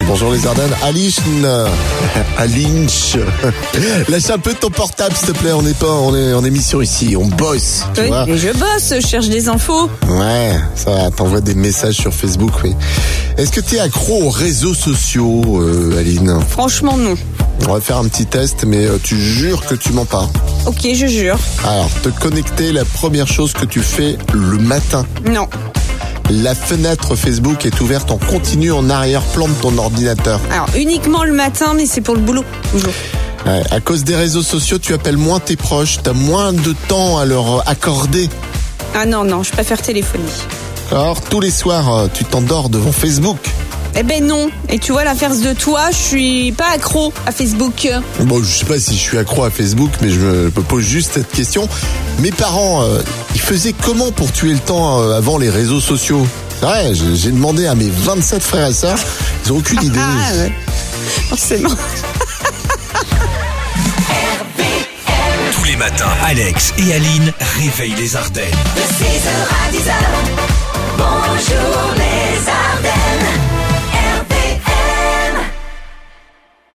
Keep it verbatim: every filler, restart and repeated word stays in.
Bonjour les Ardennes. Alice, Alinch, lâche un peu ton portable s'il te plaît, on n'est pas on est en émission ici, on bosse. Tu oui, vois et je bosse, je cherche des infos. Ouais, ça va, t'envoies des messages sur Facebook, oui. Est-ce que t'es accro aux réseaux sociaux, euh, Aline? Franchement, non. On va faire un petit test, mais euh, tu jures que tu mens pas. Ok, je jure. Alors, te connecter, la première chose que tu fais le matin. Non. La fenêtre Facebook est ouverte en continu en arrière-plan de ton ordinateur. Alors, uniquement le matin, mais c'est pour le boulot, toujours. Ouais, à cause des réseaux sociaux, tu appelles moins tes proches, t'as moins de temps à leur accorder. Ah non, non, je préfère téléphoner. Alors, tous les soirs, tu t'endors devant Facebook. Eh ben non. Et tu vois, l'inverse de toi, je suis pas accro à Facebook. Bon, je sais pas si je suis accro à Facebook, mais je me pose juste cette question. Mes parents, euh, ils faisaient comment pour tuer le temps euh, avant les réseaux sociaux? C'est vrai, j'ai demandé à mes vingt-sept frères et sœurs, ils ont aucune idée. Ah, ouais. Forcément. Tous les matins, Alex et Aline réveillent les Ardennes. De six heures à dix heures, bonjour les